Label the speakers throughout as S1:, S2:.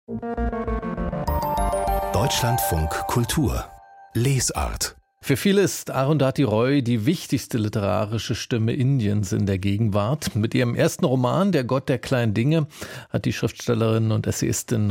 S1: Deutschlandfunk Kultur Lesart.
S2: Für viele ist Arundhati Roy die wichtigste literarische Stimme Indiens in der Gegenwart. Mit ihrem ersten Roman »Der Gott der kleinen Dinge« hat die Schriftstellerin und Essayistin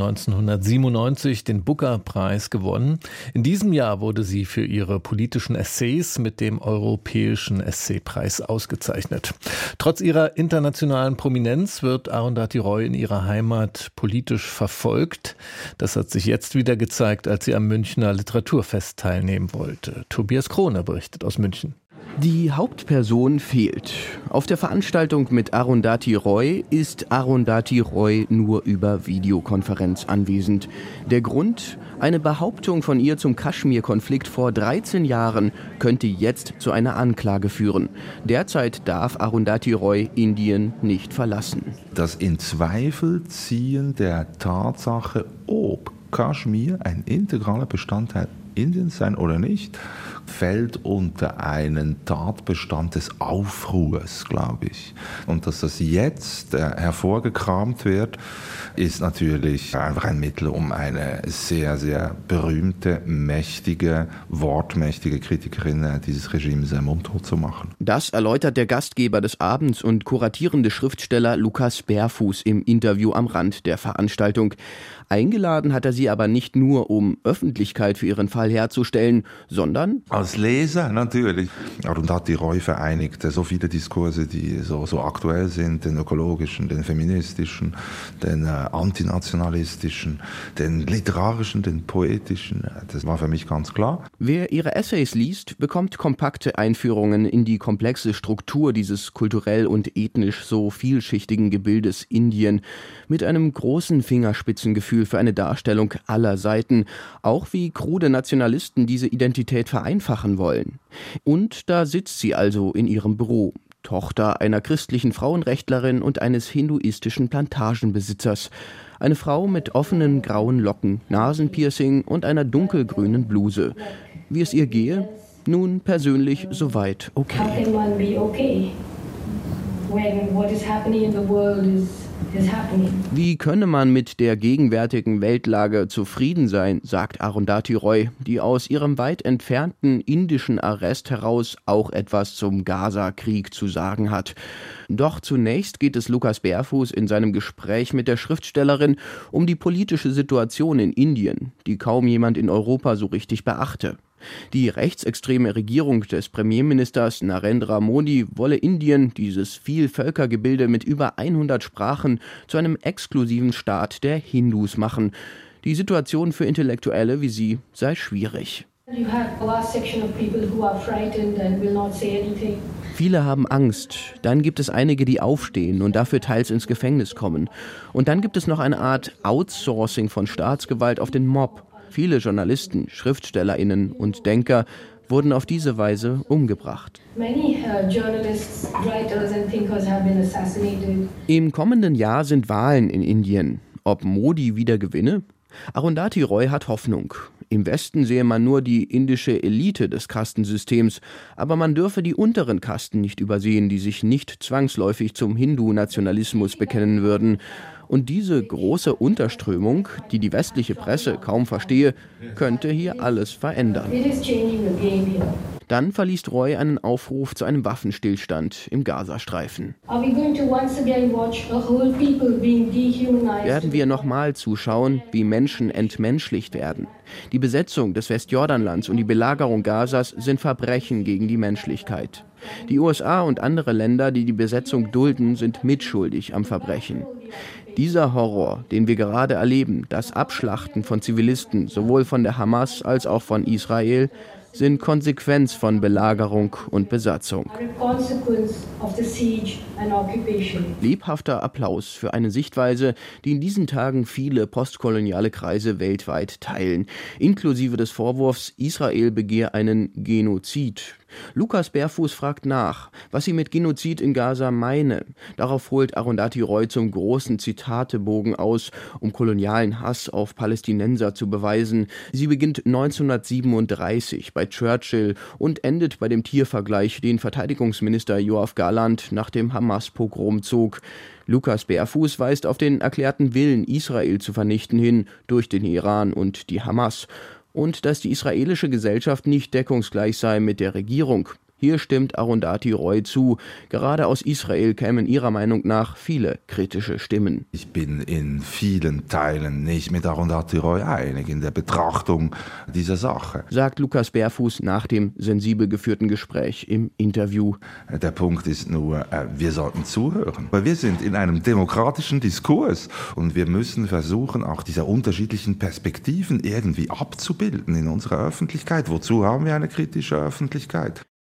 S2: 1997 den Booker-Preis gewonnen. In diesem Jahr wurde sie für ihre politischen Essays mit dem Europäischen Essaypreis ausgezeichnet. Trotz ihrer internationalen Prominenz wird Arundhati Roy in ihrer Heimat politisch verfolgt. Das hat sich jetzt wieder gezeigt, als sie am Münchner Literaturfest teilnehmen wollte. Tobias Krone berichtet aus München.
S3: Die Hauptperson fehlt. Auf der Veranstaltung mit Arundhati Roy ist Arundhati Roy nur über Videokonferenz anwesend. Der Grund? Eine Behauptung von ihr zum Kaschmir-Konflikt vor 13 Jahren könnte jetzt zu einer Anklage führen. Derzeit darf Arundhati Roy Indien nicht verlassen.
S4: Das Inzweifelziehen der Tatsache, ob Kaschmir ein integraler Bestandteil Indiens sein oder nicht, fällt unter einen Tatbestand des Aufruhrs, glaube ich. Und dass das jetzt hervorgekramt wird, ist natürlich einfach ein Mittel, um eine sehr, sehr berühmte, mächtige, wortmächtige Kritikerin dieses Regimes mundtot zu machen.
S3: Das erläutert der Gastgeber des Abends und kuratierende Schriftsteller Lukas Berfuß im Interview am Rand der Veranstaltung. Eingeladen hat er sie aber nicht nur, um Öffentlichkeit für ihren Fall herzustellen, sondern
S4: als Leser natürlich. Arundhati Roy vereinigt so viele Diskurse, die so aktuell sind, den ökologischen, den feministischen, den antinationalistischen, den literarischen, den poetischen. Das war für mich ganz klar.
S3: Wer ihre Essays liest, bekommt kompakte Einführungen in die komplexe Struktur dieses kulturell und ethnisch so vielschichtigen Gebildes Indien mit einem großen Fingerspitzengefühl für eine Darstellung aller Seiten, auch wie krude Nationalisten diese Identität vereinfachen wollen. Und da sitzt sie also in ihrem Büro, Tochter einer christlichen Frauenrechtlerin und eines hinduistischen Plantagenbesitzers. Eine Frau mit offenen grauen Locken, Nasenpiercing und einer dunkelgrünen Bluse. Wie es ihr gehe? Nun persönlich soweit okay.
S5: How can one be okay when what is happening in the world is happening?
S3: Wie könne man mit der gegenwärtigen Weltlage zufrieden sein, sagt Arundhati Roy, die aus ihrem weit entfernten indischen Arrest heraus auch etwas zum Gaza-Krieg zu sagen hat. Doch zunächst geht es Lukas Berfuß in seinem Gespräch mit der Schriftstellerin um die politische Situation in Indien, die kaum jemand in Europa so richtig beachte. Die rechtsextreme Regierung des Premierministers Narendra Modi wolle Indien, dieses Vielvölkergebilde mit über 100 Sprachen, zu einem exklusiven Staat der Hindus machen. Die Situation für Intellektuelle wie sie sei schwierig. Viele haben Angst, dann gibt es einige, die aufstehen und dafür teils ins Gefängnis kommen. Und dann gibt es noch eine Art Outsourcing von Staatsgewalt auf den Mob. Viele Journalisten, SchriftstellerInnen und Denker wurden auf diese Weise umgebracht. Im kommenden Jahr sind Wahlen in Indien. Ob Modi wieder gewinne? Arundhati Roy hat Hoffnung. Im Westen sehe man nur die indische Elite des Kastensystems, aber man dürfe die unteren Kasten nicht übersehen, die sich nicht zwangsläufig zum Hindu-Nationalismus bekennen würden. Und diese große Unterströmung, die die westliche Presse kaum verstehe, könnte hier alles verändern. Dann verliest Roy einen Aufruf zu einem Waffenstillstand im Gazastreifen. Werden wir nochmal zuschauen, wie Menschen entmenschlicht werden? Die Besetzung des Westjordanlands und die Belagerung Gazas sind Verbrechen gegen die Menschlichkeit. Die USA und andere Länder, die die Besetzung dulden, sind mitschuldig am Verbrechen. Dieser Horror, den wir gerade erleben, das Abschlachten von Zivilisten, sowohl von der Hamas als auch von Israel, sind Konsequenz von Belagerung und Besatzung. Lebhafter Applaus für eine Sichtweise, die in diesen Tagen viele postkoloniale Kreise weltweit teilen, inklusive des Vorwurfs, Israel begehe einen Genozid. Lukas Berfuß fragt nach, was sie mit Genozid in Gaza meine. Darauf holt Arundhati Roy zum großen Zitatebogen aus, um kolonialen Hass auf Palästinenser zu beweisen. Sie beginnt 1937 bei Churchill und endet bei dem Tiervergleich, den Verteidigungsminister Yoav Gallant nach dem Hamas-Pogrom zog. Lukas Berfuß weist auf den erklärten Willen, Israel zu vernichten, hin durch den Iran und die Hamas. Und dass die israelische Gesellschaft nicht deckungsgleich sei mit der Regierung. Hier stimmt Arundhati Roy zu. Gerade aus Israel kämen ihrer Meinung nach viele kritische Stimmen.
S4: Ich bin in vielen Teilen nicht mit Arundhati Roy einig in der Betrachtung dieser Sache,
S3: sagt Lukas Berfuß nach dem sensibel geführten Gespräch im Interview.
S4: Der Punkt ist nur, wir sollten zuhören. Weil wir sind in einem demokratischen Diskurs und wir müssen versuchen, auch diese unterschiedlichen Perspektiven irgendwie abzubilden in unserer Öffentlichkeit. Wozu haben wir eine kritische Öffentlichkeit?